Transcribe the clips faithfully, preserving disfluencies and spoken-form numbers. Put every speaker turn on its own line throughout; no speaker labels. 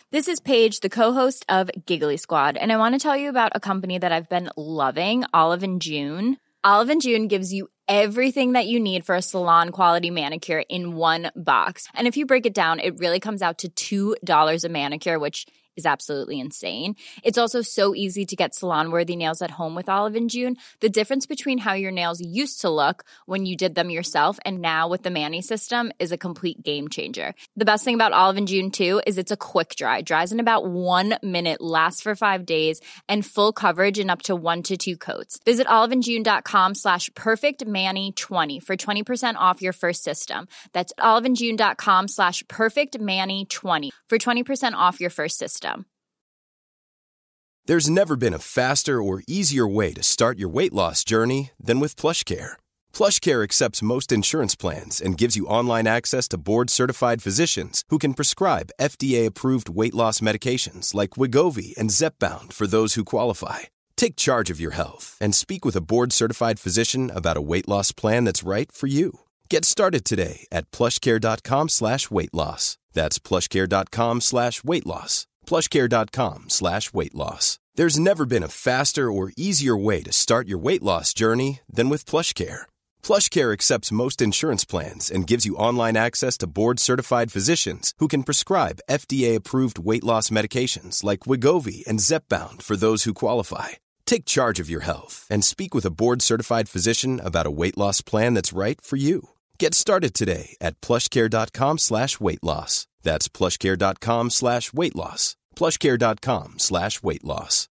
This is Paige, the co-host of Giggly Squad, and I want to tell you about a company that I've been loving, Olive and June. Olive and June gives you everything that you need for a salon-quality manicure in one box. And if you break it down, it really comes out to two dollars a manicure, which is absolutely insane. It's also so easy to get salon-worthy nails at home with Olive and June. The difference between how your nails used to look when you did them yourself and now with the Mani system is a complete game changer. The best thing about Olive and June, too, is it's a quick dry. Dries in about one minute, lasts for five days, and full coverage in up to one to two coats. Visit oliveandjune.com slash perfectmani20 for twenty percent off your first system. That's oliveandjune.com slash perfectmani20 for twenty percent off your first system.
There's never been a faster or easier way to start your weight loss journey than with PlushCare. PlushCare accepts most insurance plans and gives you online access to board-certified physicians who can prescribe F D A-approved weight loss medications like Wegovy and Zepbound for those who qualify. Take charge of your health and speak with a board-certified physician about a weight loss plan that's right for you. Get started today at plushcare.com slash weight loss. That's plushcare.com slash weight loss. plushcare.com slash weight loss. There's never been a faster or easier way to start your weight loss journey than with PlushCare. PlushCare accepts most insurance plans and gives you online access to board-certified physicians who can prescribe F D A-approved weight loss medications like Wegovy and Zepbound for those who qualify. Take charge of your health and speak with a board-certified physician about a weight loss plan that's right for you. Get started today at plushcare.com slash weight loss. That's plushcare.com slash weight loss. plushcare.com slash weight loss.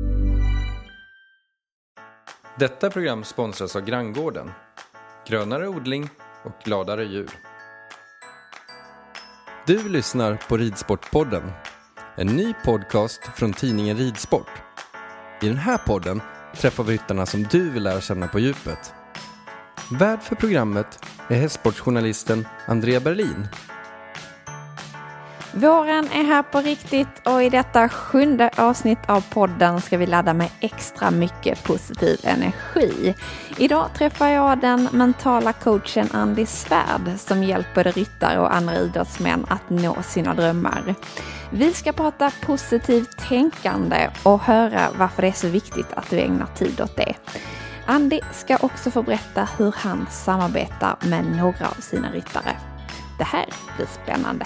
Detta program sponsras av Granngården. Grönare odling och gladare djur. Du lyssnar på Ridsportpodden. En ny podcast från tidningen Ridsport. I den här podden träffar vi ryttarna som du vill lära känna på djupet. Värd för programmet är hästsportjournalisten Andrea Berlin.
Våren är här på riktigt och i detta sjunde avsnitt av podden ska vi ladda med extra mycket positiv energi. Idag träffar jag den mentala coachen Andy Svärd som hjälper ryttare och andra idrottsmän att nå sina drömmar. Vi ska prata positivt tänkande och höra varför det är så viktigt att du ägnar tid åt det. Andy ska också få berätta hur han samarbetar med några av sina ryttare. Det här blir spännande.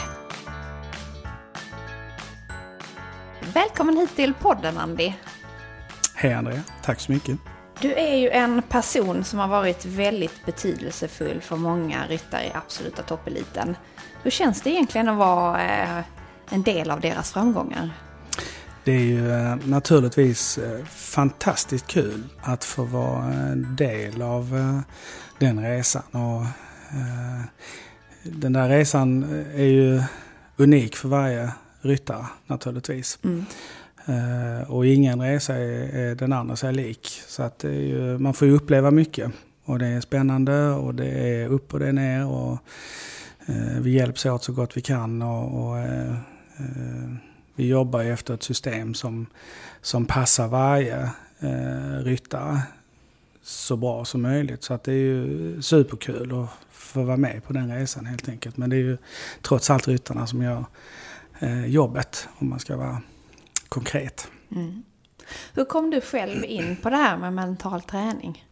Välkommen hit till podden, Andy.
Hej Andrea, tack så mycket.
Du är ju en person som har varit väldigt betydelsefull för många ryttare i absoluta toppeliten. Hur känns det egentligen att vara en del av deras framgångar?
Det är ju naturligtvis fantastiskt kul att få vara en del av den resan. Och den där resan är ju unik för varje ryttare naturligtvis. Mm. Uh, och ingen resa är, är den andra sig lik. Så att det är ju, man får ju uppleva mycket. Och det är spännande och det är upp och det är ner. Och uh, vi hjälps åt så gott vi kan. Och, och uh, uh, vi jobbar efter ett system som, som passar varje uh, ryttare så bra som möjligt. Så att det är ju superkul att få vara med på den resan helt enkelt. Men det är ju trots allt ryttarna som gör jobbet, om man ska vara konkret.
Mm. Hur kom du själv in på det här med mental träning?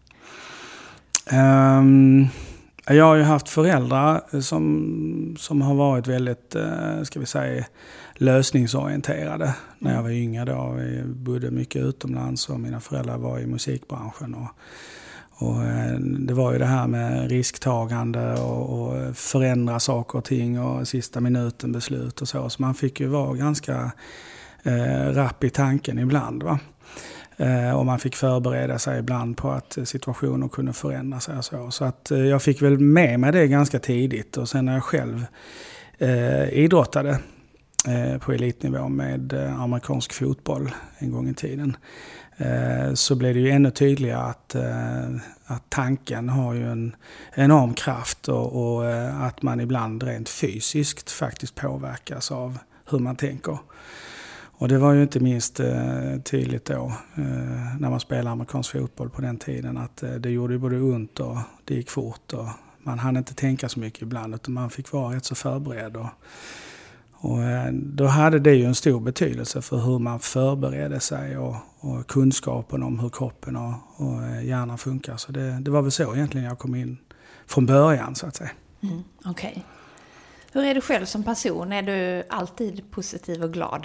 Um, jag har ju haft föräldrar som, som har varit väldigt, uh, ska vi säga, lösningsorienterade. Mm. När jag var yngre då, vi bodde mycket utomlands och mina föräldrar var i musikbranschen och Och det var ju det här med risktagande och, och förändra saker och ting och sista minuten beslut och så. Så man fick ju vara ganska eh, rapp i tanken ibland, va. Eh, och man fick förbereda sig ibland på att situationer kunde förändra sig och så. Så att eh, jag fick väl med mig det ganska tidigt. Och sen när jag själv eh, idrottade eh, på elitnivå med eh, amerikansk fotboll en gång i tiden, så blev det ju ännu tydligare att, att tanken har ju en enorm kraft och, och att man ibland rent fysiskt faktiskt påverkas av hur man tänker. Och det var ju inte minst tydligt då när man spelade amerikansk fotboll på den tiden att det gjorde både ont och det gick fort och man hann inte tänka så mycket ibland utan man fick vara rätt så förberedd och Och då hade det ju en stor betydelse för hur man förberedde sig och, och kunskapen om hur kroppen och, och hjärnan funkar. Så det, det var väl så egentligen jag kom in från början så att säga.
Mm, Okej. Okay. Hur är du själv som person? Är du alltid positiv och glad?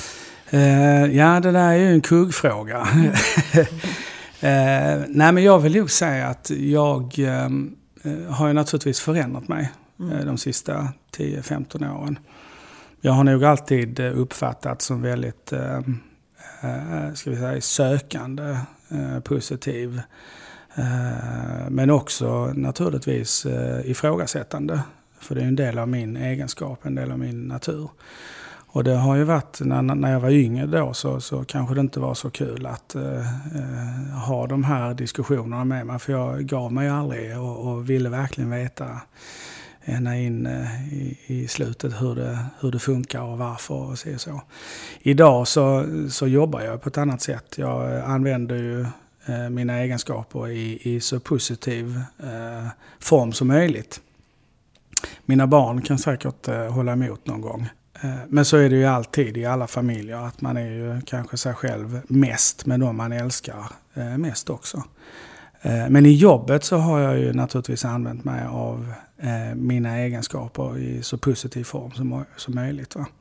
Uh, ja, det där är ju en kuggfråga. Mm. uh, nej, men jag vill ju säga att jag um, har ju naturligtvis förändrat mig mm. uh, de sista tio femton åren. Jag har nog alltid uppfattat som väldigt uh, uh, ska vi säga, sökande, uh, positiv. Uh, men också naturligtvis uh, ifrågasättande. För det är en del av min egenskap, en del av min natur. Och det har ju varit, när, när jag var yngre då så, så kanske det inte var så kul att uh, uh, ha de här diskussionerna med mig. För jag gav mig aldrig och, och ville verkligen veta ända in uh, i, i slutet hur det, hur det funkar och varför och så. så. Idag så, så jobbar jag på ett annat sätt. Jag använder ju uh, mina egenskaper i, i så positiv uh, form som möjligt. Mina barn kan säkert uh, hålla emot någon gång. Men så är det ju alltid i alla familjer att man är ju kanske sig själv mest med de man älskar mest också. Men i jobbet så har jag ju naturligtvis använt mig av mina egenskaper i så positiv form som, som möjligt. Va?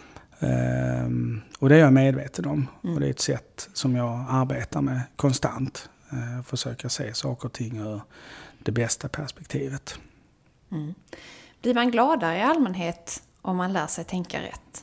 Och det är jag medveten om. Mm. Och det är ett sätt som jag arbetar med konstant. Försöka se saker och ting ur det bästa perspektivet.
Mm. Blir man gladare i allmänhet om man lär sig tänka rätt?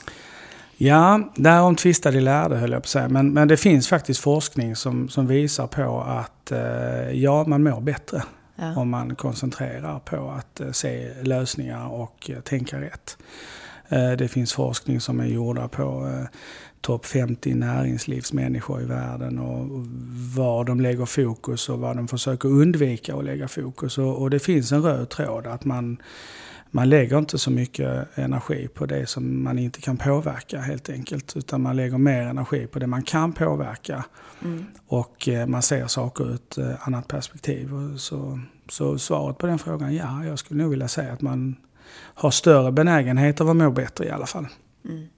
Ja, därom tvistar de lärde höll jag på att säga. Men, men det finns faktiskt forskning som, som visar på att eh, ja, man mår bättre ja. om man koncentrerar på att eh, se lösningar och eh, tänka rätt. Eh, det finns forskning som är gjorda på eh, topp femtio näringslivsmänniskor i världen och var de lägger fokus och vad de försöker undvika att lägga fokus. Och, och det finns en röd tråd att man Man lägger inte så mycket energi på det som man inte kan påverka helt enkelt. Utan man lägger mer energi på det man kan påverka. Mm. Och man ser saker ur ett annat perspektiv. Så, så svaret på den frågan, ja, jag skulle nog vilja säga att man har större benägenhet av att må bättre i alla fall. Mm.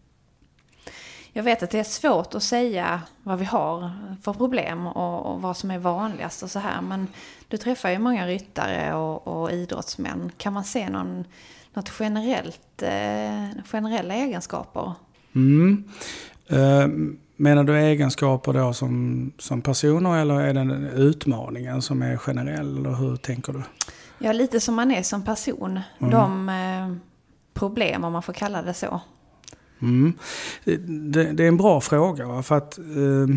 Jag vet att det är svårt att säga vad vi har för problem och, och vad som är vanligast och så här. Men du träffar ju många ryttare och, och idrottsmän. Kan man se någon, något generellt, eh, generella egenskaper?
Mm. Uh, menar du egenskaper då som, som personer eller är det utmaningen som är generell? Eller hur tänker du?
Ja, lite som man är som person. Mm. De eh, problem, om man får kalla det så.
Mm. Det, det är en bra fråga va? För att eh,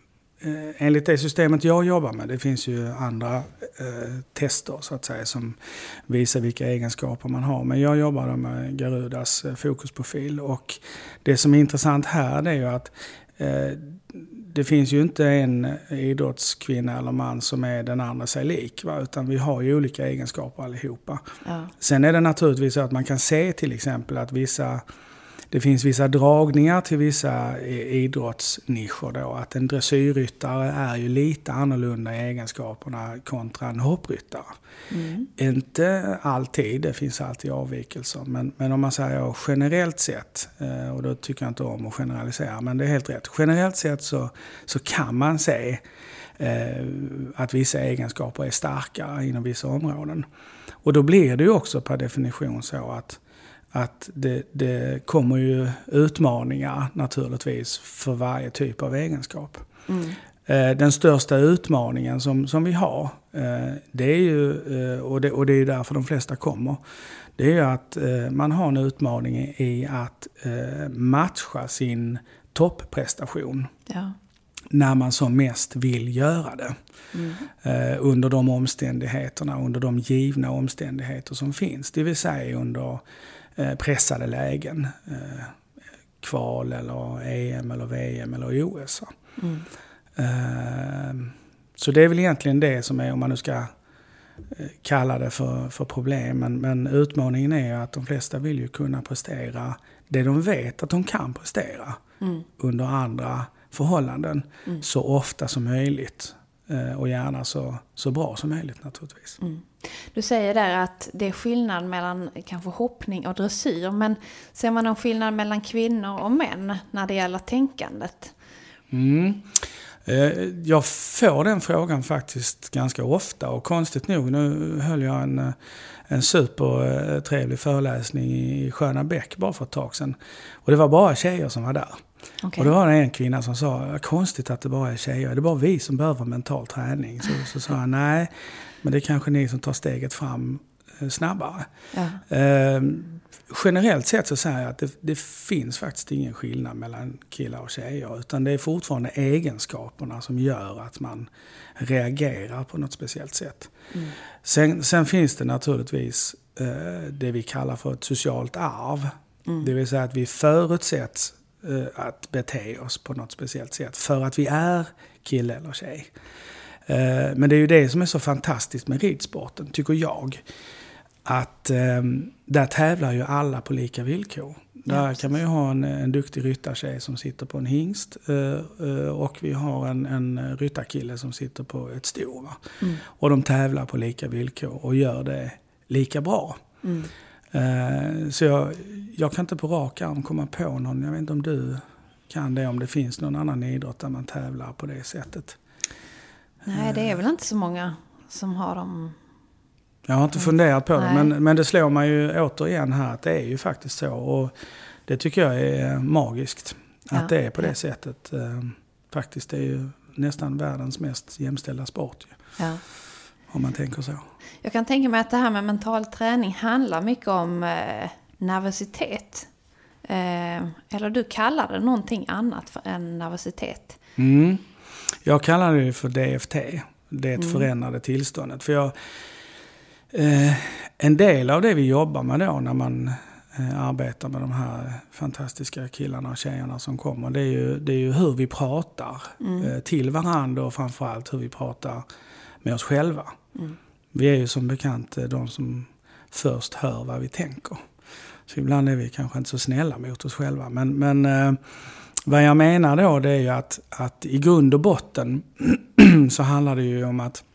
enligt det systemet jag jobbar med, det finns ju andra eh, tester så att säga som visar vilka egenskaper man har. Men jag jobbar med Garudas eh, fokusprofil och det som är intressant här det är ju att eh, det finns ju inte en idrottskvinna eller man som är den andra sig lik va? Utan vi har ju olika egenskaper allihopa. Ja. Sen är det naturligtvis så att man kan se till exempel att vissa Det finns vissa dragningar till vissa idrottsnischer då. Att en dressyrryttare är ju lite annorlunda i egenskaperna kontra en hoppryttare. Mm. Inte alltid, det finns alltid avvikelser. Men, men om man säger generellt sett, och då tycker jag inte om att generalisera, men det är helt rätt. Generellt sett så, så kan man se eh, att vissa egenskaper är starkare inom vissa områden. Och då blir det ju också per definition så att Att det, det kommer ju utmaningar naturligtvis för varje typ av egenskap. Mm. Eh, den största utmaningen som, som vi har, eh, det är ju, eh, och, det, och det är därför de flesta kommer, det är ju att eh, man har en utmaning i att eh, matcha sin topprestation. Ja. När man som mest vill göra det. Mm. Eh, under de omständigheterna, under de givna omständigheter som finns. Det vill säga under pressade lägen, eh, kval eller E M eller V M eller O S. Mm. Eh, så det är väl egentligen det som är, om man nu ska eh, kalla det för, för problem. Men, men utmaningen är ju att de flesta vill ju kunna prestera det de vet att de kan prestera mm. under andra förhållanden mm. så ofta som möjligt. Eh, och gärna så, så bra som möjligt naturligtvis.
Mm. Du säger där att det är skillnad mellan kanske hoppning och dressyr. Men ser man någon skillnad mellan kvinnor och män när det gäller tänkandet?
Mm. Jag får den frågan faktiskt ganska ofta. Och konstigt nog, nu höll jag en, en supertrevlig föreläsning i Sköna Bäck bara för ett tag sedan. Och det var bara tjejer som var där. Okay. Och det var en kvinna som sa, konstigt att det bara är tjejer. Är det bara vi som behöver mental träning? Så, så sa jag, nej, men det är kanske ni som tar steget fram snabbare. Ja. Eh, generellt sett så säger jag att det, det finns faktiskt ingen skillnad mellan killar och tjejer. Utan det är fortfarande egenskaperna som gör att man reagerar på något speciellt sätt. Mm. Sen, sen finns det naturligtvis eh, det vi kallar för ett socialt arv. Mm. Det vill säga att vi förutsätts eh, att bete oss på något speciellt sätt. För att vi är kille eller tjej. Eh, men det är ju det som är så fantastiskt med ridsporten, tycker jag. Att eh, där tävlar ju alla på lika villkor. Där ja, kan man ju ha en, en duktig ryttartjej som sitter på en hingst. Eh, och vi har en, en ryttarkille som sitter på ett sto. Va? Mm. Och de tävlar på lika villkor och gör det lika bra. Mm. Eh, så jag, jag kan inte på rak arm komma på någon. Jag vet inte om du kan det, om det finns någon annan idrott där man tävlar på det sättet.
Nej, det är väl inte så många som har dem.
Jag har inte funderat på det, men, men det slår man ju återigen här att det är ju faktiskt så. Och det tycker jag är magiskt att ja, det är på det ja. sättet. Eh, faktiskt det är ju nästan världens mest jämställda sport. Ju, ja. Om man tänker så.
Jag kan tänka mig att det här med mental träning handlar mycket om eh, nervositet. Eh, eller du kallar det någonting annat för än nervositet.
Mm. Jag kallar det för D F T. Det mm. förändrade tillståndet. För jag... Eh, en del av det vi jobbar med då när man eh, arbetar med de här fantastiska killarna och tjejerna som kommer, det är ju, det är ju hur vi pratar mm. eh, till varandra och framförallt hur vi pratar med oss själva. Mm. Vi är ju som bekant eh, de som först hör vad vi tänker. Så ibland är vi kanske inte så snälla mot oss själva. Men, men eh, vad jag menar då, det är ju att, att i grund och botten så handlar det ju om att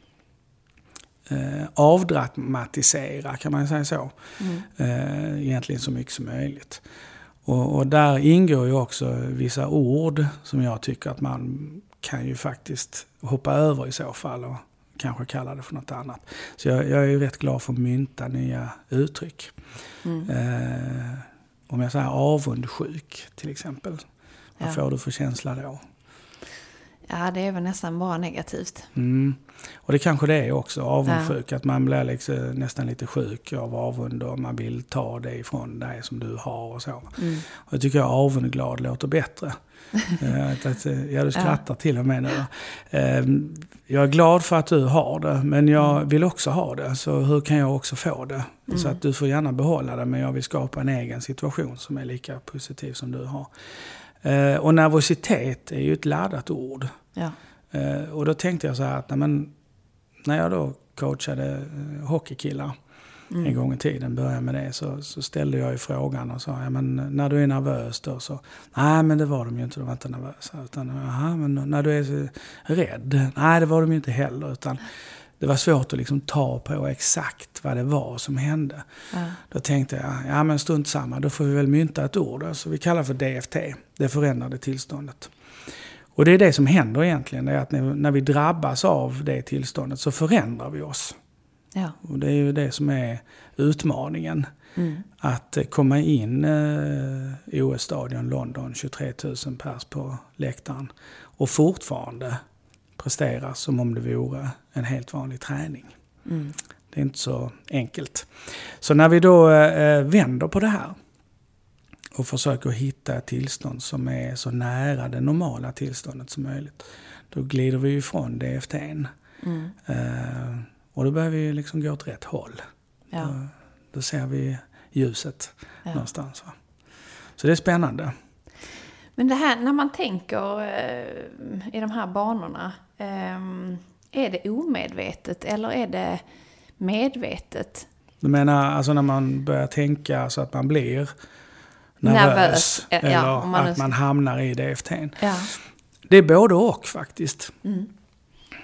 Eh, avdramatisera, kan man säga så. Mm. Eh, egentligen så mycket som möjligt. Och, och där ingår ju också vissa ord som jag tycker att man kan ju faktiskt hoppa över i så fall och kanske kalla det för något annat. Så jag, jag är ju rätt glad för att mynta nya uttryck. Mm. Eh, om jag säger avundsjuk till exempel. Vad ja. får du för känsla då?
Ja, det är väl nästan bara negativt.
Mm. Och det kanske det är också, avundsjuk. Ja. Att man blir liksom nästan lite sjuk av avund och man vill ta det ifrån dig som du har och så. Mm. Och jag tycker att avundglad låter bättre. att, att, ja, du skrattar ja. till och med nu. Jag är glad för att du har det, men jag mm. vill också ha det. Så hur kan jag också få det? Mm. Så att du får gärna behålla det, men jag vill skapa en egen situation som är lika positiv som du har. Uh, och nervositet är ju ett laddat ord. Ja. Uh, och då tänkte jag så här att när, man, när jag då coachade uh, hockeykillar mm. en gång i tiden, började med det, så, så ställde jag ju frågan och sa, ja, men när du är nervös då så, nej men det var de ju inte, de var inte nervösa. Utan, aha, men när du är så rädd, nej det var de ju inte heller, utan det var svårt att liksom ta på exakt vad det var som hände. Ja. Då tänkte jag, ja men strunt samma, då får vi väl mynta ett ord. Så vi kallar för D F T, det förändrade tillståndet. Och det är det som händer egentligen, det är att när vi drabbas av det tillståndet så förändrar vi oss. Ja. Och det är ju det som är utmaningen. Mm. Att komma in i O S-stadion London, tjugotre tusen pers på läktaren och fortfarande prestera som om det vore en helt vanlig träning. Mm. Det är inte så enkelt. Så när vi då eh, vänder på det här och försöker hitta ett tillstånd som är så nära det normala tillståndet som möjligt, då glider vi ifrån D F T. Mm. Eh, och då behöver vi liksom gå åt rätt håll. Ja. Då, då ser vi ljuset ja. någonstans. Va? Så det är spännande.
Men det här, när man tänker eh, i de här banorna, eh, är det omedvetet eller är det medvetet?
Du menar alltså när man börjar tänka så att man blir nervös, nervös. eller ja, man att man hamnar i D F T? Ja. Det är både och faktiskt. Mm.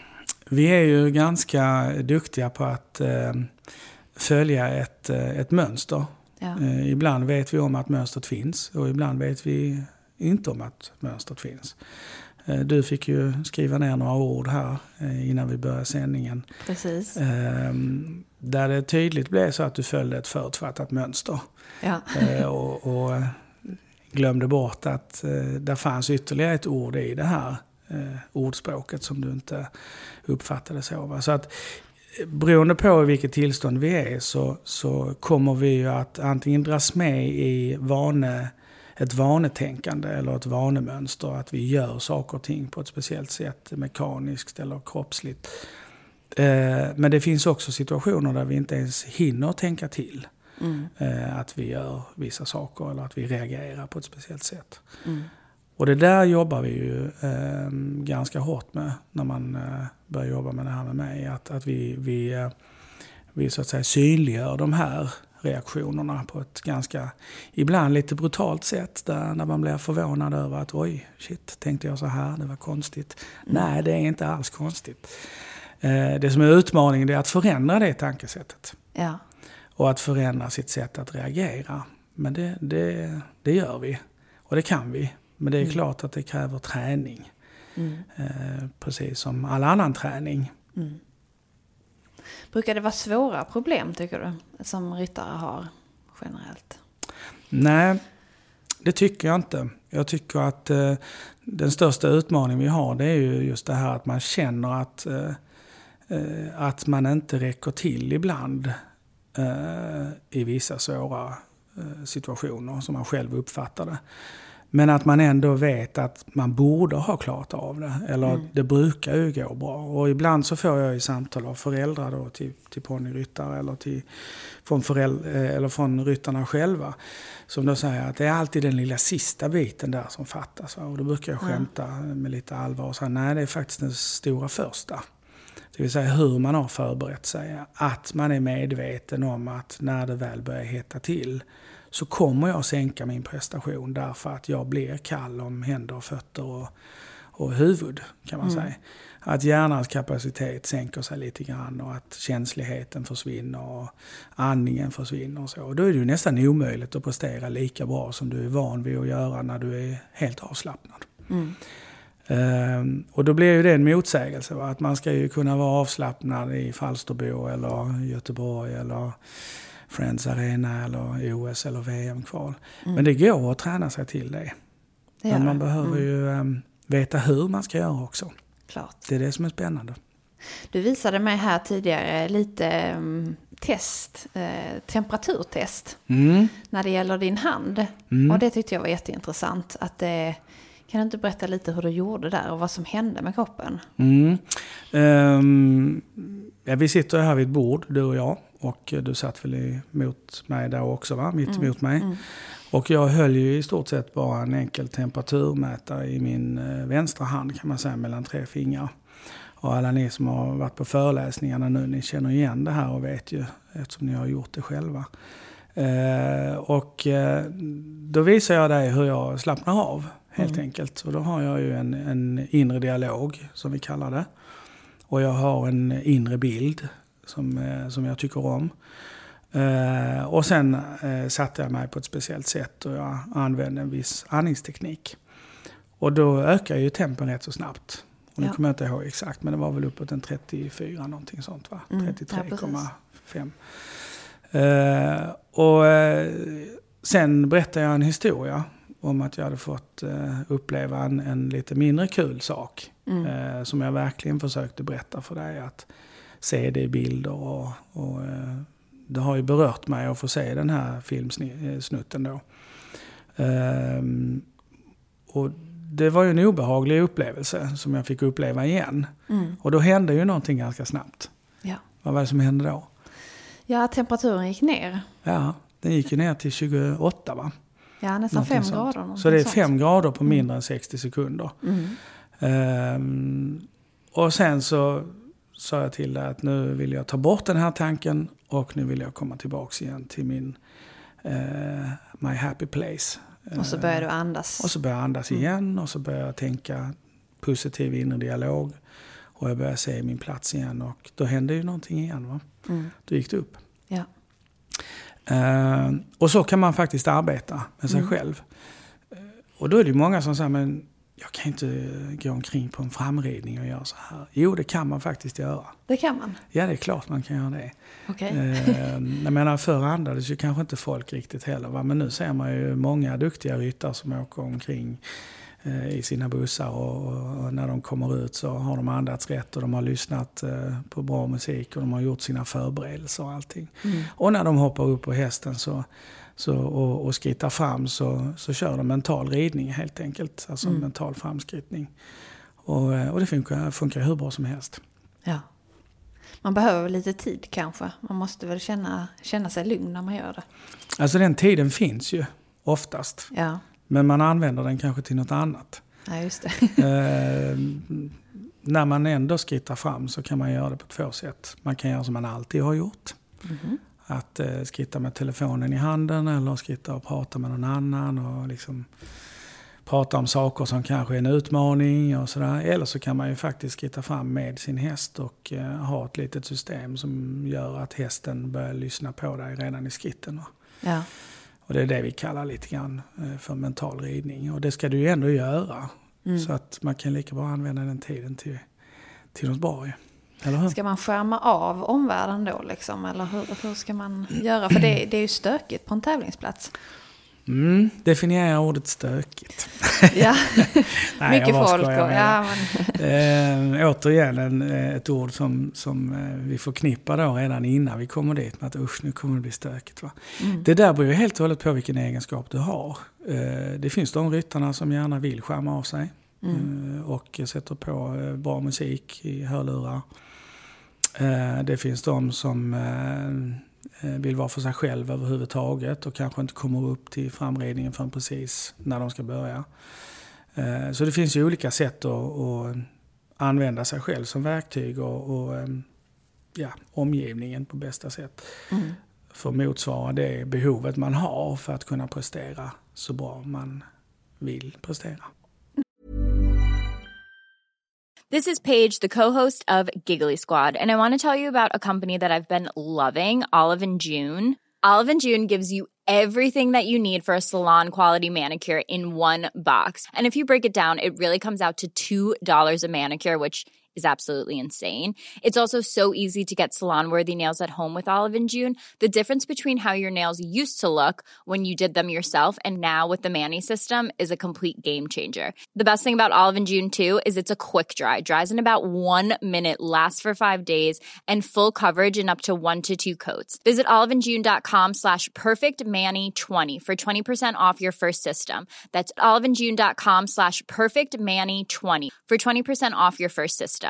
Vi är ju ganska duktiga på att eh, följa ett, ett mönster.
Ja.
Eh, ibland vet vi om att mönstret finns och ibland vet vi inte om att mönstret finns. Eh, du fick ju skriva ner några ord här eh, innan vi började sändningen.
Precis.
Eh, där det tydligt blev så att du följde ett förutfattat mönster.
Ja.
Eh, och, och glömde bort att eh, där fanns ytterligare ett ord i det här eh, ordspråket som du inte uppfattade så. Va? Så att beroende på vilket tillstånd vi är så, så kommer vi ju att antingen dras med i vane, ett vanetänkande eller ett vanemönster. Att vi gör saker och ting på ett speciellt sätt, mekaniskt eller kroppsligt. Eh, men det finns också situationer där vi inte ens hinner tänka till. Mm. Eh, att vi gör vissa saker eller att vi reagerar på ett speciellt sätt. Mm. Och det där jobbar vi ju eh, ganska hårt med när man eh, börjar jobba med det här med mig. Att, att vi, vi, eh, vi så att säga synliggör de här reaktionerna på ett ganska, ibland lite brutalt sätt. Där när man blir förvånad över att oj, shit, tänkte jag så här, det var konstigt. Mm. Nej, det är inte alls konstigt. Eh, det som är utmaningen är att förändra det tankesättet.
Ja.
Och att förändra sitt sätt att reagera. Men det, det, det gör vi. Och det kan vi. Men det är mm. klart att det kräver träning. Mm. Eh, precis som all annan träning.
Mm. Brukar det vara svåra problem, tycker du? Som ryttare har generellt?
Nej, det tycker jag inte. Jag tycker att eh, den största utmaningen vi har, det är ju just det här att man känner att, eh, att man inte räcker till ibland. I vissa svåra situationer som man själv uppfattar det. Men att man ändå vet att man borde ha klart av det. Eller mm. det brukar ju gå bra. Och ibland så får jag i samtal av föräldrar då till, till ponnyryttare eller, till, från föräldrar, eller från ryttarna själva. Som då säger att det är alltid den lilla sista biten där som fattas. Och då brukar jag skämta mm. med lite allvar och säga nej, det är faktiskt den stora första. Det vill säga hur man har förberett sig. Att man är medveten om att när det väl börjar hetta till så kommer jag sänka min prestation därför att jag blir kall om händer, fötter och, och huvud, kan man mm. säga. Att hjärnans kapacitet sänker sig lite grann och att känsligheten försvinner och andningen försvinner och så. Och då är det ju nästan omöjligt att prestera lika bra som du är van vid att göra när du är helt avslappnad. Mm. Um, och då blir ju det en motsägelse, va? Att man ska ju kunna vara avslappnad i Falsterbo eller Göteborg eller Friends Arena eller O S eller V M-kval. Mm. Men det går att träna sig till det. det Men man det. behöver mm. ju um, veta hur man ska göra också.
Klart.
Det är det som är spännande.
Du visade mig här tidigare lite um, test, eh, temperaturtest mm. när det gäller din hand. Mm. Och det tyckte jag var jätteintressant. Att det, kan du inte berätta lite hur du gjorde där och vad som hände med kroppen?
Mm. Um, ja, vi sitter här vid ett bord, du och jag. Och du satt väl emot mig där också, va? Mitt emot mig. Mm. Och jag höll ju i stort sett bara en enkel temperaturmätare i min eh, vänstra hand, kan man säga, mellan tre fingrar. Och alla ni som har varit på föreläsningarna nu, ni känner igen det här och vet ju, eftersom ni har gjort det själva. Eh, och eh, då visar jag dig hur jag slappnar av, helt mm. enkelt. Och då har jag ju en, en inre dialog, som vi kallar det. Och jag har en inre bild som, eh, som jag tycker om. Eh, och sen eh, satte jag mig på ett speciellt sätt och jag använde en viss andningsteknik. Och då ökar ju tempen rätt så snabbt. Och nu ja. kommer jag inte ihåg exakt, men det var väl uppåt en trettiofyra, någonting sånt, va?
Mm,
trettiotre komma fem. Ja, eh, och eh, sen berättade jag en historia om att jag hade fått eh, uppleva en, en lite mindre kul sak. Mm. Eh, som jag verkligen försökte berätta för dig, att se det i bilder och, och eh, det har ju berört mig att få se den här filmsnutten då. Um, och det var ju en obehaglig upplevelse som jag fick uppleva igen. Mm. Och då hände ju någonting ganska snabbt.
Ja.
Vad var det som hände då?
Ja, temperaturen gick ner.
Ja, den gick ju ner till tjugoåtta, va?
Ja, nästan någonting fem sånt. grader.
Så det är
sånt.
fem grader på mindre mm. än sextio sekunder. Mm. Um, och sen så sa jag till dig att nu vill jag ta bort den här tanken och nu vill jag komma tillbaka igen till min uh, my happy place.
Och så börjar du andas.
Och så börjar jag andas igen och så börjar jag tänka positiv inre dialog. Och jag började se min plats igen och då hände ju någonting igen. Va? Mm. Då gick det upp.
Ja.
Uh, och så kan man faktiskt arbeta med sig mm. själv. Uh, och då är det ju många som säger, men jag kan inte gå omkring på en framridning och göra så här. Jo, det kan man faktiskt göra.
Det kan man?
Ja, det är klart man kan göra det.
Okay.
Uh, jag menar, förr andades ju kanske inte folk riktigt heller. Va? Men nu ser man ju många duktiga ryttare som åker omkring i sina bussar och, och när de kommer ut så har de andats rätt och de har lyssnat eh, på bra musik och de har gjort sina förberedelser och allting. Mm. Och när de hoppar upp på hästen så, så, och, och skrittar fram så, så kör de mental ridning helt enkelt, alltså mm. mental framskrittning. Och, och det funkar, funkar hur bra som helst.
Ja. Man behöver lite tid kanske. Man måste väl känna, känna sig lugn när man gör det.
Alltså den tiden finns ju oftast.
Ja.
Men man använder den kanske till något annat.
Ja, just det.
eh, när man ändå skrittar fram så kan man göra det på två sätt. Man kan göra som man alltid har gjort. Mm-hmm. Att eh, skritta med telefonen i handen eller skritta och prata med någon annan. Och liksom prata om saker som kanske är en utmaning och sådär. Eller så kan man ju faktiskt skritta fram med sin häst och eh, ha ett litet system som gör att hästen börjar lyssna på dig redan i skritten.
Ja.
Och det är det vi kallar lite grann för mental ridning. Och det ska du ju ändå göra. Mm. Så att man kan lika bra använda den tiden till, till något bra. Eller hur?
Ska man skärma av omvärlden då liksom? Eller hur, hur ska man göra? För det, det är ju stökigt på en tävlingsplats.
Mm, definiera ordet stökigt.
Ja,
Nej,
mycket folk. Och, ja,
men... äh, återigen en, ett ord som, som vi förknippar då redan innan vi kommer dit med att usch, nu kommer det bli stökigt. Va? Mm. Det där beror ju helt och hållet på vilken egenskap du har. Äh, det finns de ryttarna som gärna vill skärma av sig mm. äh, och sätter på äh, bra musik i hörlurar. Äh, det finns de som... Äh, vill vara för sig själv överhuvudtaget och kanske inte kommer upp till framridningen förrän precis när de ska börja. Så det finns ju olika sätt att, att använda sig själv som verktyg och, och ja, omgivningen på bästa sätt. Mm. För att motsvara det behovet man har för att kunna prestera så bra man vill prestera.
This is Paige, the co-host of Giggly Squad, and I want to tell you about a company that I've been loving, Olive and June. Olive and June gives you everything that you need for a salon-quality manicure in one box. And if you break it down, it really comes out to two dollars a manicure, which is absolutely insane. It's also so easy to get salon-worthy nails at home with Olive and June. The difference between how your nails used to look when you did them yourself and now with the Mani system is a complete game changer. The best thing about Olive and June, too, is it's a quick dry. Dries in about one minute, lasts for five days, and full coverage in up to one to two coats. Visit oliveandjune.com slash perfectmani20 for twenty percent off your first system. That's oliveandjune.com slash perfectmani20 for twenty percent off your first system.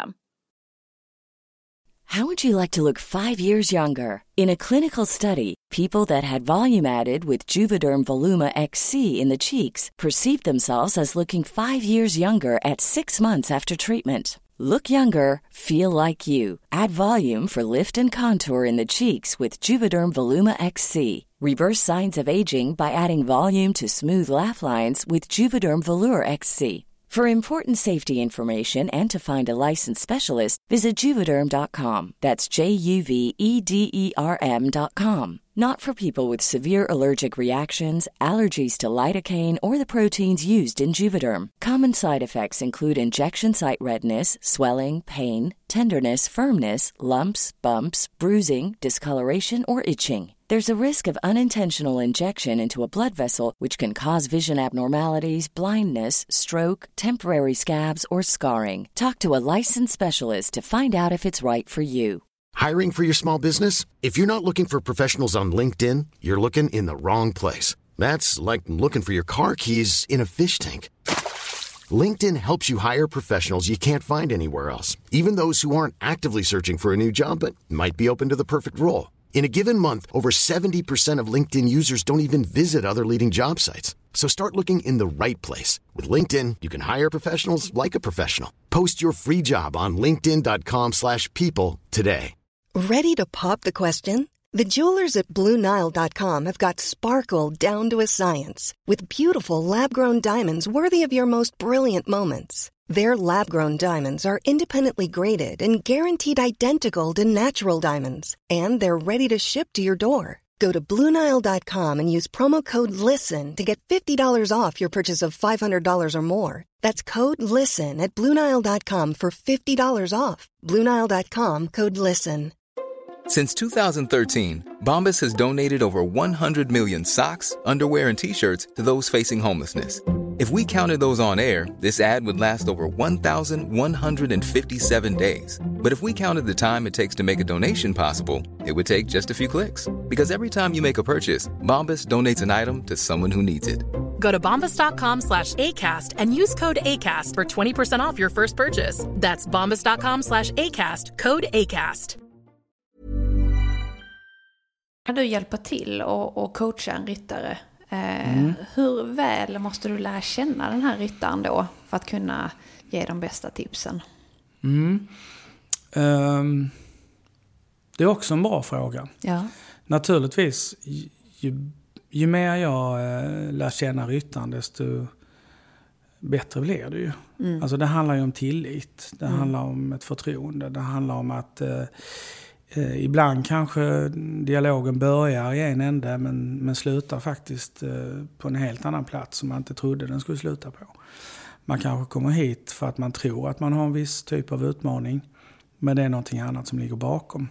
How would you like to look five years younger? In a clinical study, people that had volume added with Juvederm Voluma X C in the cheeks perceived themselves as looking five years younger at six months after treatment. Look younger, feel like you. Add volume for lift and contour in the cheeks with Juvederm Voluma X C. Reverse signs of aging by adding volume to smooth laugh lines with Juvederm Volure X C. For important safety information and to find a licensed specialist, visit Juvederm dot com. That's J U V E D E R M dot com. Not for people with severe allergic reactions, allergies to lidocaine, or the proteins used in Juvederm. Common side effects include injection site redness, swelling, pain, tenderness, firmness, lumps, bumps, bruising, discoloration, or itching. There's a risk of unintentional injection into a blood vessel, which can cause vision abnormalities, blindness, stroke, temporary scabs, or scarring. Talk to a licensed specialist to find out if it's right for you.
Hiring for your small business? If you're not looking for professionals on LinkedIn, you're looking in the wrong place. That's like looking for your car keys in a fish tank. LinkedIn helps you hire professionals you can't find anywhere else, even those who aren't actively searching for a new job but might be open to the perfect role. In a given month, over seventy percent of LinkedIn users don't even visit other leading job sites. So start looking in the right place. With LinkedIn, you can hire professionals like a professional. Post your free job on linkedin dot com slash people today.
Ready to pop the question? The jewelers at Blue Nile dot com have got sparkle down to a science with beautiful lab-grown diamonds worthy of your most brilliant moments. Their lab-grown diamonds are independently graded and guaranteed identical to natural diamonds. And they're ready to ship to your door. Go to Blue Nile dot com and use promo code LISTEN to get fifty dollars off your purchase of five hundred dollars or more. That's code LISTEN at Blue Nile dot com for fifty dollars off. Blue Nile dot com, code LISTEN.
Since two thousand thirteen, Bombas has donated over one hundred million socks, underwear, and T-shirts to those facing homelessness. If we counted those on air, this ad would last over one thousand one hundred fifty-seven days. But if we counted the time it takes to make a donation possible, it would take just a few clicks. Because every time you make a purchase, Bombas donates an item to someone who needs it.
Go to bombas dot com slash ACAST and use code ACAST for twenty percent off your first purchase. That's bombas dot com slash ACAST, code ACAST.
Du hjälper till och, och coacha en ryttare. Eh, mm. Hur väl måste du lära känna den här ryttaren då för att kunna ge de bästa tipsen?
Mm. Um, det är också en bra fråga.
Ja.
Naturligtvis, ju, ju mer jag eh, lär känna ryttaren desto bättre blir det ju. Mm. Alltså det handlar ju om tillit. Det mm. handlar om ett förtroende. Det handlar om att eh, Eh, ibland kanske dialogen börjar i en ände men, men slutar faktiskt eh, på en helt annan plats som man inte trodde den skulle sluta på. Man kanske kommer hit för att man tror att man har en viss typ av utmaning, men det är någonting annat som ligger bakom.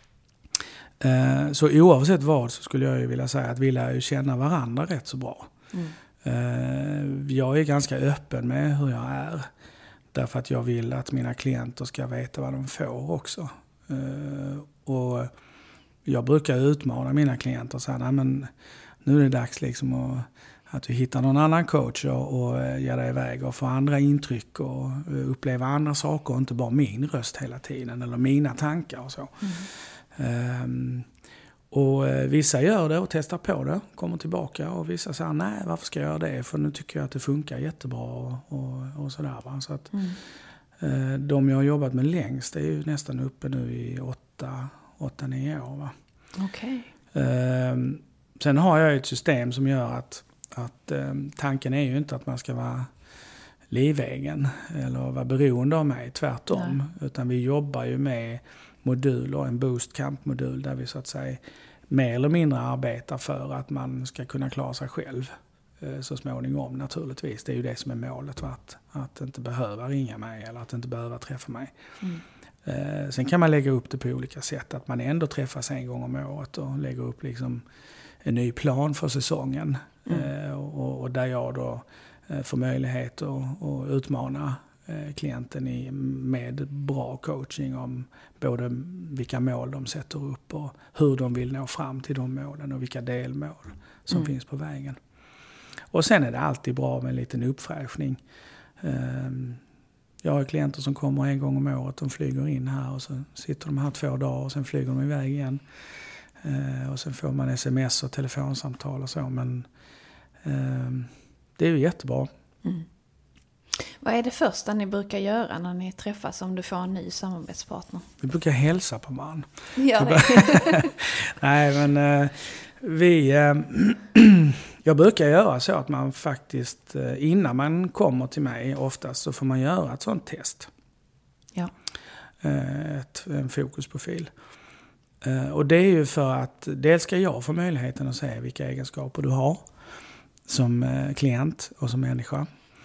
Eh, så oavsett vad så skulle jag ju vilja säga att vi lär ju känna varandra rätt så bra. Mm. Eh, jag är ganska öppen med hur jag är, därför att jag vill att mina klienter ska veta vad de får också. Uh, och jag brukar utmana mina klienter och säga, nej men nu är det dags liksom att, att du hittar någon annan coach och, och uh, ger dig iväg och får andra intryck och uh, uppleva andra saker och inte bara min röst hela tiden eller mina tankar och så. Mm. Um, och uh, vissa gör det och testar på det, kommer tillbaka, och vissa säger, nej varför ska jag göra det, för nu tycker jag att det funkar jättebra och, och, och sådär va? Så att mm. De jag har jobbat med längst är ju nästan uppe nu i åtta, åtta nio år. Va?
Okay.
Um, sen har jag ett system som gör att, att um, tanken är ju inte att man ska vara livegen eller vara beroende av mig, tvärtom. Nej. Utan vi jobbar ju med moduler, en boostcamp-modul där vi så att säga mer eller mindre arbetar för att man ska kunna klara sig själv. Så småningom naturligtvis. Det är ju det som är målet. Att, att inte behöva ringa mig eller att inte behöva träffa mig. Mm. Eh, sen kan man lägga upp det på olika sätt. Att man ändå träffas en gång om året och lägger upp liksom en ny plan för säsongen. Mm. Eh, och, och där jag då eh, får möjlighet att, att utmana eh, klienten i, med bra coaching om både vilka mål de sätter upp och hur de vill nå fram till de målen och vilka delmål som mm. finns på vägen. Och sen är det alltid bra med en liten uppfräschning. Jag har klienter som kommer en gång om året. De flyger in här och så sitter de här två dagar och sen flyger de iväg igen. Och sen får man sms och telefonsamtal och så. Men det är ju jättebra. Mm.
Vad är det första ni brukar göra när ni träffas om du får en ny samarbetspartner?
Vi brukar hälsa på man.
Gör det.
Nej, men vi... Jag brukar göra så att man faktiskt, innan man kommer till mig, oftast så får man göra ett sånt test.
Ja.
Ett, en fokusprofil. Och det är ju för att dels ska jag få möjligheten att se vilka egenskaper du har som klient och som människa.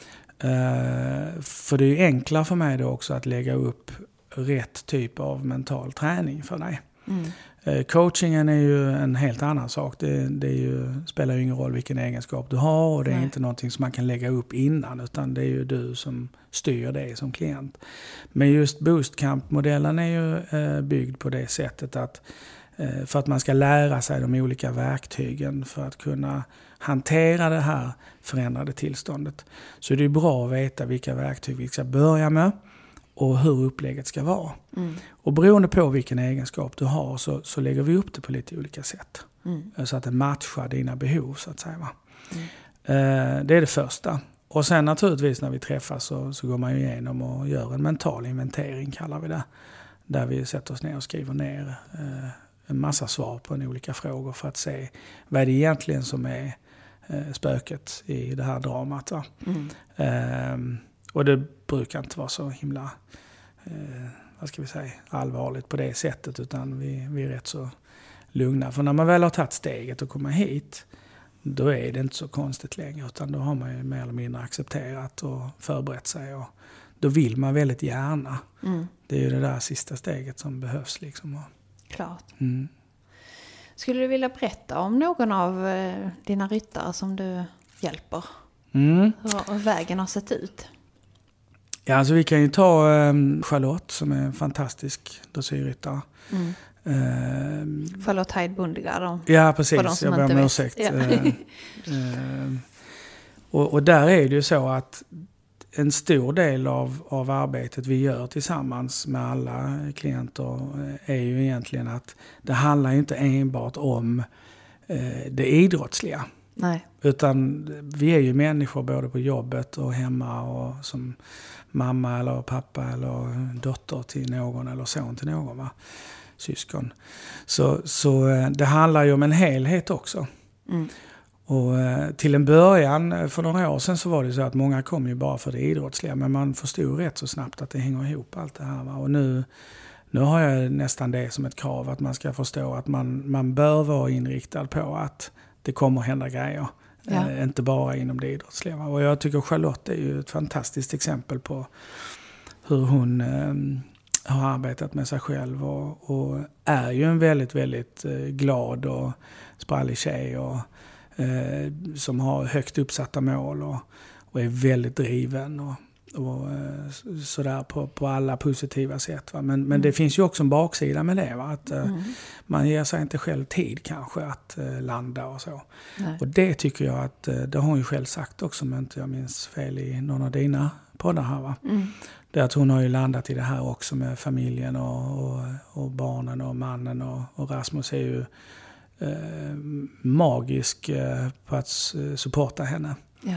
För det är ju enklare för mig då också att lägga upp rätt typ av mental träning för dig. Mm. Coachingen är ju en helt annan sak. Det, det är ju, spelar ju ingen roll vilken egenskap du har och det är Nej. inte någonting som man kan lägga upp innan, utan det är ju du som styr det som klient. Men just boostcamp-modellen är ju eh, byggd på det sättet att eh, för att man ska lära sig de olika verktygen för att kunna hantera det här förändrade tillståndet. Så det är bra att veta vilka verktyg vi ska börja med och hur upplägget ska vara. Mm. Och beroende på vilken egenskap du har så, så lägger vi upp det på lite olika sätt. Mm. Så att det matchar dina behov så att säga. Va? Mm. Eh, det är det första. Och sen naturligtvis när vi träffas så, så går man ju igenom och gör en mental inventering, kallar vi det. Där vi sätter oss ner och skriver ner eh, en massa svar på en olika frågor för att se vad är det egentligen som är eh, spöket i det här dramat. Va? Mm. Eh, Och det brukar inte vara så himla eh, vad ska vi säga, allvarligt på det sättet, utan vi, vi är rätt så lugna. För när man väl har tagit steget och kommer hit, då är det inte så konstigt längre, utan då har man ju mer eller mindre accepterat och förberett sig. Och då vill man väldigt gärna. Mm. Det är ju det där sista steget som behövs. Liksom.
Klart.
Mm.
Skulle du vilja berätta om någon av eh, dina ryttare som du hjälper?
Mm.
Hur vägen har sett ut?
Ja, alltså vi kan ju ta eh, Charlotte som är en fantastisk dressyrryttare.
Mm.
Uh,
Charlotte Heid Bundegaard.
Ja, precis. Jag ber om ursäkt. Ja. uh, uh, och, och där är det ju så att en stor del av, av arbetet vi gör tillsammans med alla klienter är ju egentligen att det handlar ju inte enbart om uh, det idrottsliga.
Nej.
Utan vi är ju människor både på jobbet och hemma och som mamma eller pappa eller dotter till någon eller son till någon, va? Syskon. Så, så det handlar ju om en helhet också. Mm. Och till en början, för några år sedan, så var det så att många kom ju bara för det idrottsliga. Men man förstod rätt så snabbt att det hänger ihop allt det här. Va? Och nu, nu har jag nästan det som ett krav att man ska förstå att man, man bör vara inriktad på att det kommer hända grejer. Ja. Eh, inte bara inom det idrottsliga. Va? Och jag tycker Charlotte är ju ett fantastiskt exempel på hur hon eh, har arbetat med sig själv och, och är ju en väldigt, väldigt eh, glad och sprallig tjej och, eh, som har högt uppsatta mål och, och är väldigt driven och, och eh, sådär på, på alla positiva sätt. Va? Men, mm. men det finns ju också en baksida med det. Va? Att eh, mm. man ger sig inte själv tid kanske att eh, landa och så. Nej. Och det tycker jag att, eh, det har hon ju själv sagt också, men inte jag minns fel i någon av dina poddar här, va? Mm. Det är att hon har ju landat i det här också med familjen och, och, och barnen och mannen och, och Rasmus är ju eh, magisk eh, på att eh, supporta henne. Ja.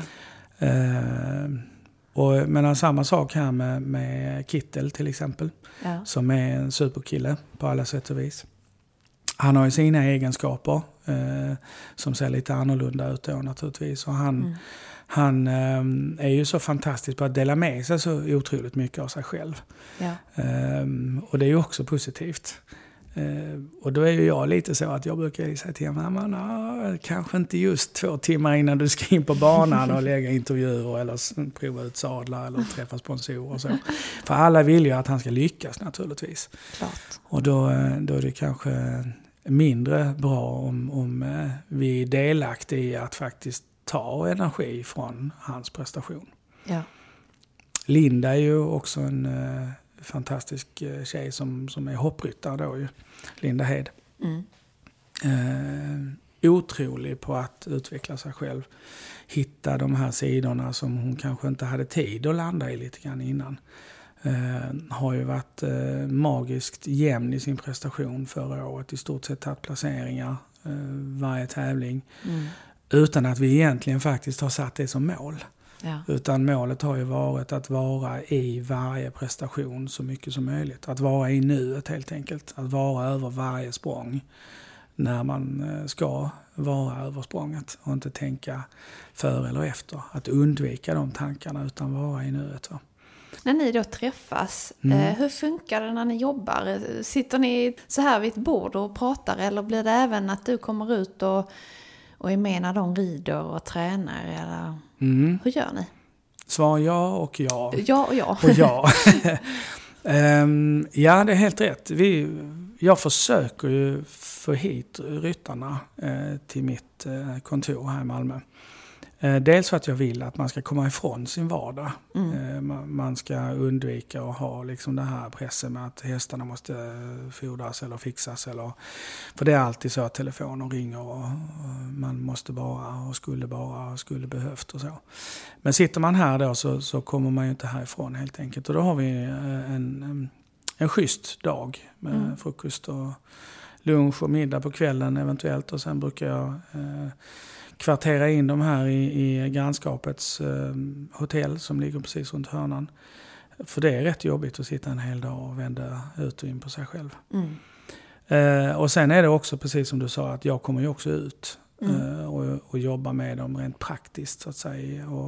Eh, och, men samma sak här med, med Kittel till exempel, ja. Som är en superkille på alla sätt och vis. Han har ju sina egenskaper eh, som ser lite annorlunda ut då naturligtvis, och han mm. Han um, är ju så fantastisk på att dela med sig så otroligt mycket av sig själv. Ja. Um, och det är ju också positivt. Uh, och då är ju jag lite så att jag brukar säga till honom, nah, kanske inte just två timmar innan du ska in på banan och lägga intervjuer eller prova ut sadlar eller träffa sponsorer och så. För alla vill ju att han ska lyckas naturligtvis.
Klart.
Och då, då är det kanske mindre bra om, om vi är delaktiga i att faktiskt ta energi från hans prestation. Ja. Linda är ju också en uh, fantastisk uh, tjej som, som är hoppryttare då ju. Linda Hed. Mm. Uh, otrolig på att utveckla sig själv. Hitta de här sidorna som hon kanske inte hade tid att landa i lite grann innan. Uh, har ju varit uh, magiskt jämn i sin prestation förra året. I stort sett tagit placeringar uh, varje tävling. Mm. Utan att vi egentligen faktiskt har satt det som mål. Ja. Utan målet har ju varit att vara i varje prestation så mycket som möjligt. Att vara i nuet helt enkelt. Att vara över varje språng när man ska vara över språnget. Och inte tänka före eller efter. Att undvika de tankarna utan vara i nuet. Va?
När ni då träffas, mm. eh, hur funkar det när ni jobbar? Sitter ni så här vid ett bord och pratar, eller blir det även att du kommer ut och Och är med när de rider och tränar? Eller mm. hur gör ni?
Svar ja och ja.
Ja och ja.
Och ja. um, ja, det är helt rätt. Vi, jag försöker ju få hit ryttarna eh, till mitt eh, kontor här i Malmö. Eh, dels för att jag vill att man ska komma ifrån sin vardag. Mm. Eh, man, man ska undvika att ha liksom den här pressen med att hästarna måste fodras eller fixas. Eller, för det är alltid så att telefonen ringer och, och man måste bara och skulle bara och skulle behövt och så. Men sitter man här då så, så kommer man ju inte härifrån helt enkelt. Och då har vi en, en, en schysst dag med mm. frukost och lunch och middag på kvällen eventuellt. Och sen brukar jag eh, kvartera in dem här i, i grannskapets eh, hotell som ligger precis runt hörnan. För det är rätt jobbigt att sitta en hel dag och vända ut och in på sig själv. Mm. Eh, och sen är det också precis som du sa att jag kommer ju också ut mm. eh, och, och jobba med dem rent praktiskt så att säga. Och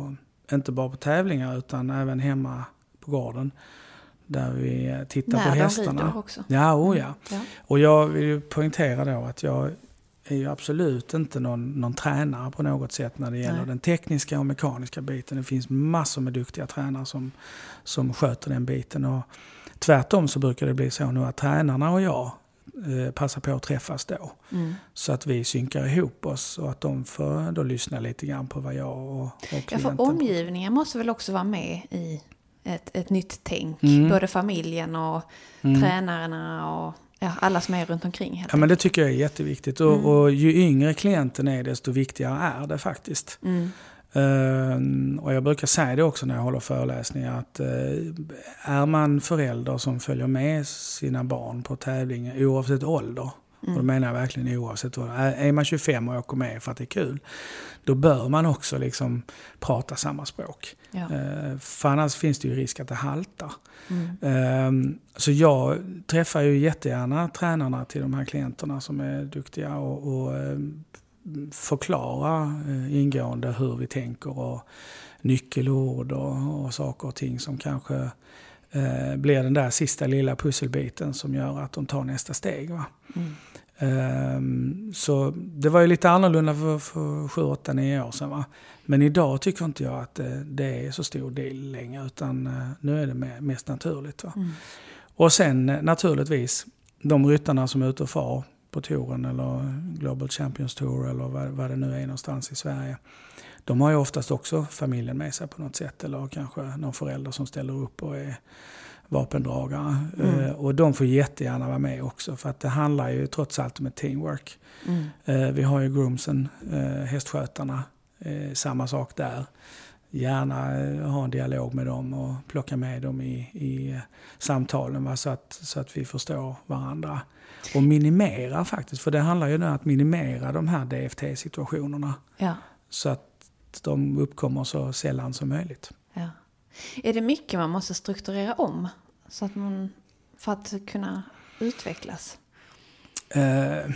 inte bara på tävlingar utan även hemma på gården. Där vi tittar
När
på
de
hästarna.
rider också.
Ja, oh ja.
Ja.
Och jag vill ju poängtera då att jag är ju absolut inte någon, någon tränare på något sätt när det gäller
Nej.
den tekniska och mekaniska biten. Det finns massor med duktiga tränare som, som sköter den biten. Och tvärtom så brukar det bli så nu att tränarna och jag eh, passar på att träffas då.
Mm.
Så att vi synkar ihop oss och att de får då lyssna lite grann på vad jag och, och
Ja,
klienten...
för omgivningen måste väl också vara med i ett, ett nytt tänk.
Mm.
Både familjen och
Mm.
tränarna och ja, alla som är runt omkring. Helt
Ja, men det tycker jag är jätteviktigt. Och,
Mm.
och ju yngre klienten är desto viktigare är det faktiskt.
Mm.
Uh, och jag brukar säga det också när jag håller föreläsningar att uh, är man förälder som följer med sina barn på tävlingar oavsett ålder, mm. och då menar jag verkligen oavsett ålder, är, är man tjugofem och åker med för att det är kul, då bör man också liksom prata samma språk.
Ja.
Uh, för annars finns det ju risk att det haltar.
Mm.
Uh, så jag träffar ju jättegärna tränarna till de här klienterna som är duktiga och, och uh, förklara eh, ingående hur vi tänker och nyckelord och, och saker och ting som kanske eh, blir den där sista lilla pusselbiten som gör att de tar nästa steg. Va?
Mm.
Um, så det var ju lite annorlunda för, för sju, åtta, nio år sedan. Va? Men idag tycker inte jag att det, det är så stor del längre utan uh, nu är det mer, mest naturligt. Va? Mm. Och sen naturligtvis de ryttarna som är ute och far på touren eller Global Champions Tour eller vad, vad det nu är någonstans i Sverige. De har ju oftast också familjen med sig på något sätt eller kanske någon förälder som ställer upp och är vapendragare. Mm. Uh, och de får jättegärna vara med också för att det handlar ju trots allt om ett teamwork. Mm. Uh, vi har ju groomsen, uh, hästskötarna, uh, samma sak där. Gärna uh, ha en dialog med dem och plocka med dem i, i uh, samtalen va? Så, att, så att vi förstår varandra. Och minimera faktiskt, för det handlar ju om att minimera de här D F T-situationerna. Ja. Så att de uppkommer så sällan som möjligt.
Ja. Är det mycket man måste strukturera om så att man, för att kunna utvecklas?
Eh,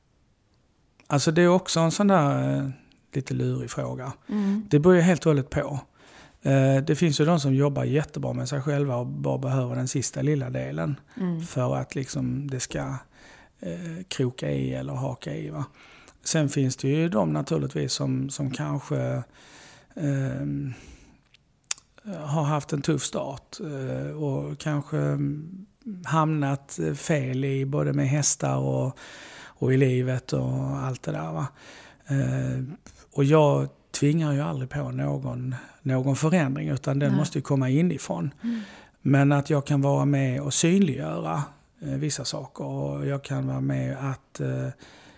alltså det är också en sån där eh, lite lurig fråga. Mm. Det beror ju helt och hållet på. Eh, det finns ju de som jobbar jättebra med sig själva och bara behöver den sista lilla delen mm. för att liksom det ska eh, kroka i eller haka i. Va? Sen finns det ju de naturligtvis som, som kanske eh, har haft en tuff start eh, och kanske hamnat fel i både med hästar och, och i livet och allt det där. Va? Eh, och jag tvingar ju aldrig på någon, någon förändring utan den Nej. måste ju komma inifrån. Mm. Men att jag kan vara med och synliggöra eh, vissa saker och jag kan vara med att eh,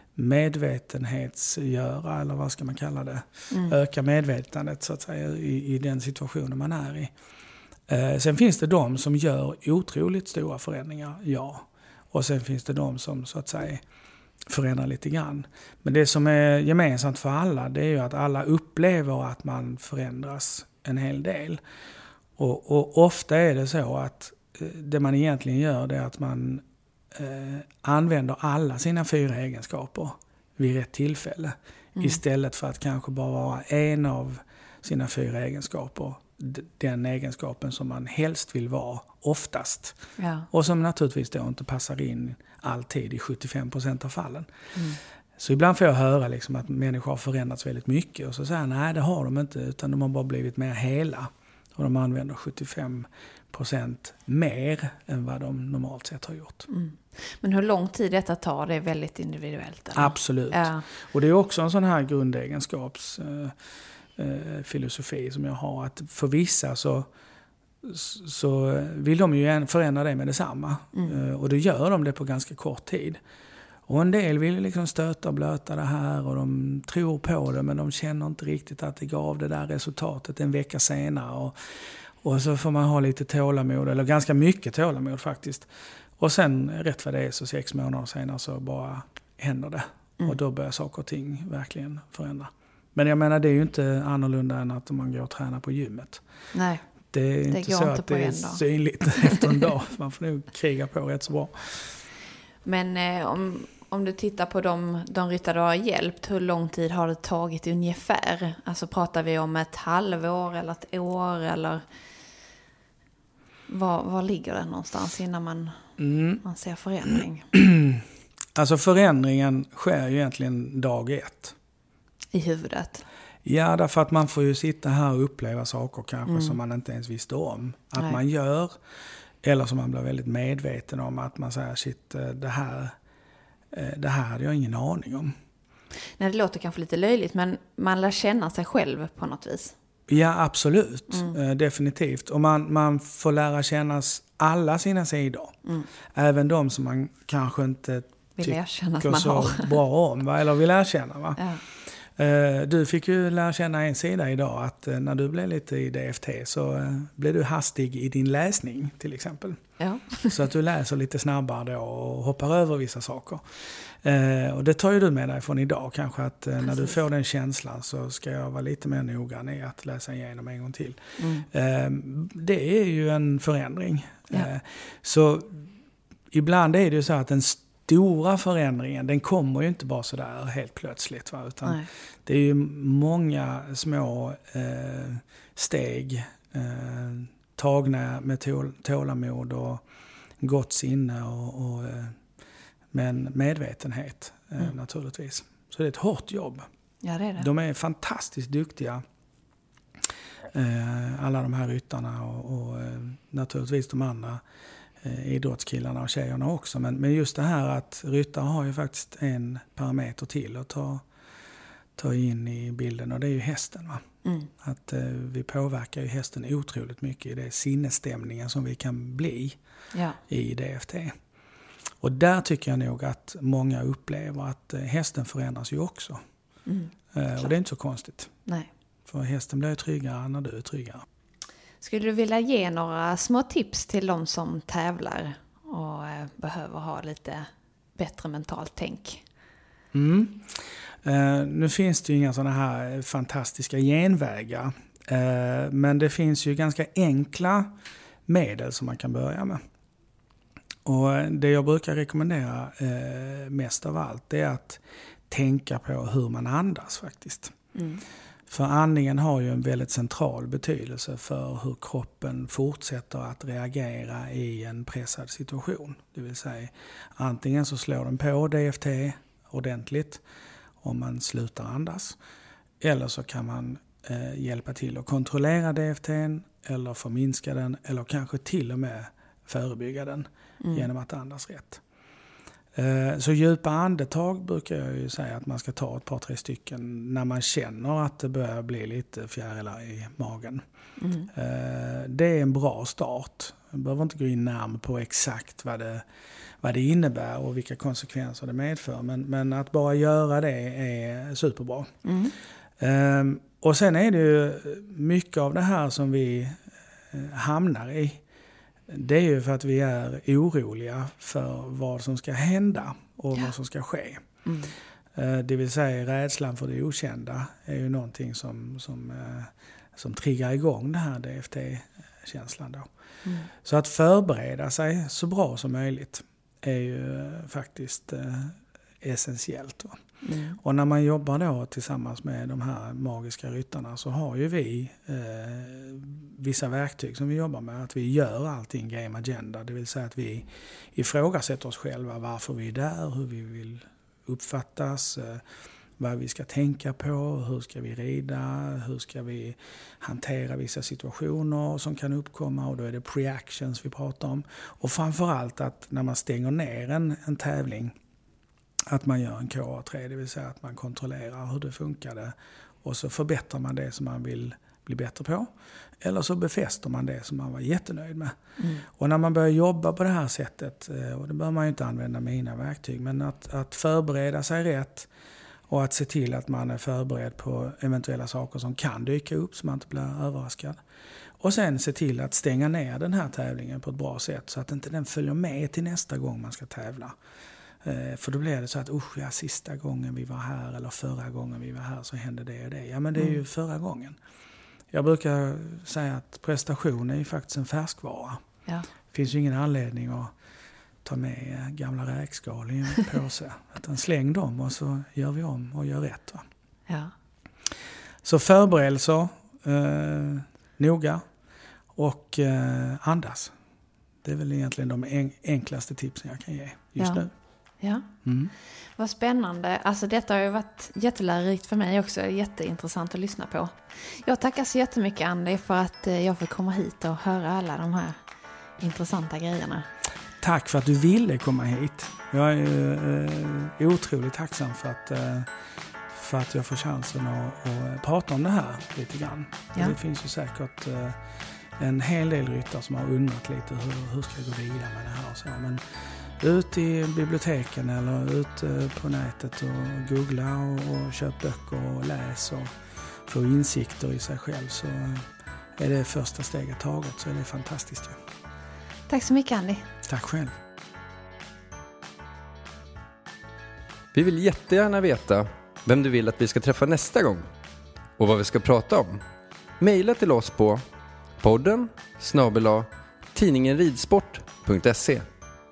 medvetenhetsgöra eller vad ska man kalla det, mm. öka medvetandet så att säga i, i den situationen man är i. Eh, sen finns det de som gör otroligt stora förändringar, ja. Och sen finns det de som så att säga förändrar lite grann. Men det som är gemensamt för alla det är ju att alla upplever att man förändras en hel del. Och, och ofta är det så att eh, det man egentligen gör det är att man Eh, använder alla sina fyra egenskaper vid rätt tillfälle. Mm. Istället för att kanske bara vara en av sina fyra egenskaper. D- den egenskapen som man helst vill vara oftast. Ja. Och som naturligtvis då inte passar in alltid i sjuttiofem procent av fallen. Mm. Så ibland får jag höra liksom att människor har förändrats väldigt mycket. Och så säger jag, nej det har de inte utan de har bara blivit mer hela. Och de använder sjuttiofem procent mer än vad de normalt sett har gjort. Mm.
Men hur lång tid detta tar, det är väldigt individuellt? Eller?
Absolut. Ja. Och det är också en sån här grundegenskaps eh, eh, filosofi som jag har. Att för vissa så, så vill de ju förändra det med detsamma. Mm. Eh, och då gör de det på ganska kort tid. Och en del vill liksom stöta och blöta det här och de tror på det men de känner inte riktigt att det gav det där resultatet en vecka senare. Och, och så får man ha lite tålamod, eller ganska mycket tålamod faktiskt. Och sen rätt vad det är så sex månader senare så bara händer det. Mm. Och då börjar saker och ting verkligen förändra. Men jag menar det är ju inte annorlunda än att man går och tränar på gymmet.
Nej,
det är
det
inte
går
så
inte
att
på
det är
en dag.
synligt efter en dag. Man får nog kriga på rätt så bra.
Men eh, om, om du tittar på de, de ryttare du har hjälpt, hur lång tid har det tagit ungefär? Alltså pratar vi om ett halvår eller ett år eller var, var ligger det någonstans innan man, mm. man ser förändring?
Alltså förändringen sker ju egentligen dag ett.
I huvudet?
Ja, därför att man får ju sitta här och uppleva saker kanske mm. som man inte ens visste om. Att Nej. man gör, eller som man blir väldigt medveten om att man säger shit, det här, det här hade jag ingen aning om.
Nej, det låter kanske lite löjligt, men man lär känna sig själv på något vis.
Ja, absolut.
Mm.
Definitivt. Och man, man får lära känna alla sina sidor. Mm. Även de som man kanske inte
vill erkänna
tycker
man
så
har.
bra om, va? Eller vill erkänna. Va?
Ja.
Du fick ju lära känna en sida idag, att när du blev lite i D F T så blev du hastig i din läsning till exempel.
Ja.
Så att du läser lite snabbare då och hoppar över vissa saker. Och det tar ju du med dig från idag kanske, att Precis. när du får den känslan så ska jag vara lite mer noggrann i att läsa igenom en gång till. Mm. Det är ju en förändring. Ja. Så ibland är det ju så att en stora förändringen, den kommer ju inte bara så där helt plötsligt. Va? Utan
Nej.
det är ju många små eh, steg eh, tagna med tål, tålamod och gott sinne och, och eh, med medvetenhet eh, mm. naturligtvis. Så det är ett hårt jobb.
Ja, det är det.
De är fantastiskt duktiga. Eh, alla de här ryttarna och, och eh, naturligtvis de andra idrottskillarna och tjejerna också. Men, men just det här att ryttare har ju faktiskt en parameter till att ta, ta in i bilden, och det är ju hästen. Va? Mm. Att eh, vi påverkar ju hästen otroligt mycket i det sinnesstämningen som vi kan bli ja. i D F T. Och där tycker jag nog att många upplever att eh, hästen förändras ju också. Mm. Eh, och det är inte så konstigt.
Nej.
För hästen blir ju tryggare när du är tryggare.
Skulle du vilja ge några små tips till de som tävlar och eh, behöver ha lite bättre mentalt tänk?
Mm. Eh, nu finns det ju inga sådana här fantastiska genvägar. Eh, men det finns ju ganska enkla medel som man kan börja med. Och det jag brukar rekommendera eh, mest av allt, det är att tänka på hur man andas faktiskt. Mm. För andningen har ju en väldigt central betydelse för hur kroppen fortsätter att reagera i en pressad situation. Det vill säga, antingen så slår den på D F T ordentligt om man slutar andas. Eller så kan man eh, hjälpa till att kontrollera D F T eller förminska den, eller kanske till och med förebygga den mm. genom att andas rätt. Så djupa andetag brukar jag ju säga att man ska ta ett par, tre stycken när man känner att det börjar bli lite fjärilar i magen. Mm. Det är en bra start. Man behöver inte gå in närmare på exakt vad det, vad det innebär och vilka konsekvenser det medför. Men, men att bara göra det är superbra. Mm. Och sen är det ju mycket av det här som vi hamnar i. Det är ju för att vi är oroliga för vad som ska hända och ja. vad som ska ske. Mm. Det vill säga, rädslan för det okända är ju någonting som, som, som triggar igång den här D F T-känslan då. Mm. Så att förbereda sig så bra som möjligt är ju faktiskt eh, essentiellt. Va? Mm. Och när man jobbar då tillsammans med de här magiska ryttarna så har ju vi eh, vissa verktyg som vi jobbar med. Att vi gör allting game agenda. Det vill säga att vi ifrågasätter oss själva varför vi är där, hur vi vill uppfattas, eh, vad vi ska tänka på, hur ska vi rida, hur ska vi hantera vissa situationer som kan uppkomma, och då är det pre-actions vi pratar om. Och framförallt att när man stänger ner en, en tävling, att man gör en K A tre, det vill säga att man kontrollerar hur det funkade och så förbättrar man det som man vill bli bättre på. Eller så befäster man det som man var jättenöjd med. Mm. Och när man börjar jobba på det här sättet, och det bör man ju inte använda mina verktyg, men att, att förbereda sig rätt och att se till att man är förberedd på eventuella saker som kan dyka upp så man inte blir överraskad. Och sen se till att stänga ner den här tävlingen på ett bra sätt så att inte den följer med till nästa gång man ska tävla. För då blir det så att usch, ja, sista gången vi var här eller förra gången vi var här så hände det och det. Ja, men det är ju förra gången. Jag brukar säga att prestation är ju faktiskt en färskvara. Ja. Det finns ju ingen anledning att ta med gamla räkskal i en påse. Utan släng dem och så gör vi om och gör rätt. Va?
Ja.
Så förberedelser, eh, noga och eh, andas. Det är väl egentligen de en- enklaste tipsen jag kan ge just
ja.
nu.
Ja,
mm.
Vad spännande. Alltså detta har ju varit jättelärorikt för mig också. Jätteintressant att lyssna på. Jag tackar så jättemycket, Andy, för att jag får komma hit och höra alla de här intressanta grejerna.
Tack för att du ville komma hit. Jag är eh, otroligt tacksam för att, eh, för att jag får chansen att, att prata om det här lite grann.
Ja.
Det finns ju säkert eh, en hel del ryttare som har undrat lite hur, hur ska jag gå vidare med det här och så. Men ut i biblioteken eller ut på nätet och googla och, och köp böcker och läs och få insikter i sig själv, så är det första steget taget, så är det fantastiskt.
Tack så mycket, Andy.
Tack själv.
Vi vill jättegärna veta vem du vill att vi ska träffa nästa gång och vad vi ska prata om. Maila till oss på podden snabel-a tidningen ridsport punkt se.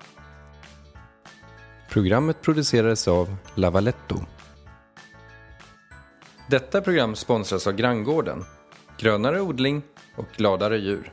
Programmet producerades av Lavaletto. Detta program sponsras av Granngården, grönare odling och gladare djur.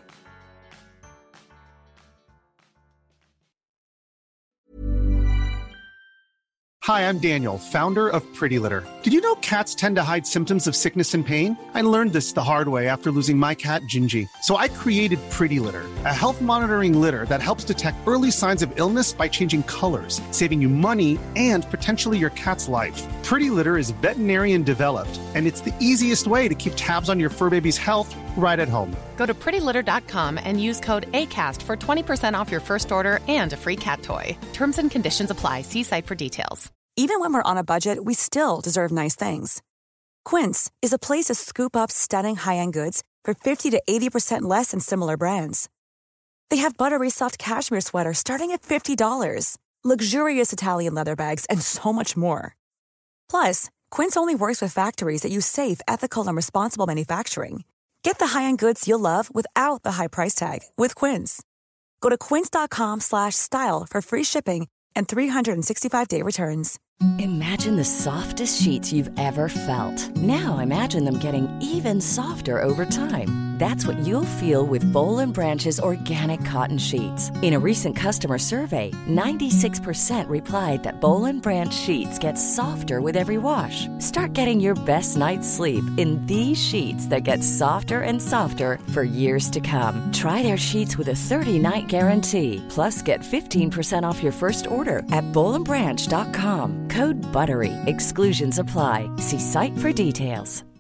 Hi, I'm Daniel, founder of Pretty Litter. Did you know cats tend to hide symptoms of sickness and pain? I learned this the hard way after losing my cat, Gingy. So I created Pretty Litter, a health monitoring litter that helps detect early signs of illness by changing colors, saving you money and potentially your cat's life. Pretty Litter is veterinarian developed, and it's the easiest way to keep tabs on your fur baby's health right at home.
Go to pretty litter dot com and use code ACAST for twenty percent off your first order and a free cat toy. Terms and conditions apply. See site for details.
Even when we're on a budget, we still deserve nice things. Quince is a place to scoop up stunning high-end goods for fifty to eighty percent less than similar brands. They have buttery soft cashmere sweaters starting at fifty dollars, luxurious Italian leather bags, and so much more. Plus, Quince only works with factories that use safe, ethical, and responsible manufacturing. Get the high-end goods you'll love without the high price tag with Quince. Go to quince dot com slash style for free shipping and three sixty-five day returns.
Imagine the softest sheets you've ever felt. Now imagine them getting even softer over time. That's what you'll feel with Boll and Branch's organic cotton sheets. In a recent customer survey, ninety-six percent replied that Boll and Branch sheets get softer with every wash. Start getting your best night's sleep in these sheets that get softer and softer for years to come. Try their sheets with a thirty night guarantee. Plus, get fifteen percent off your first order at boll and branch dot com. Code BUTTERY. Exclusions apply. See site for details.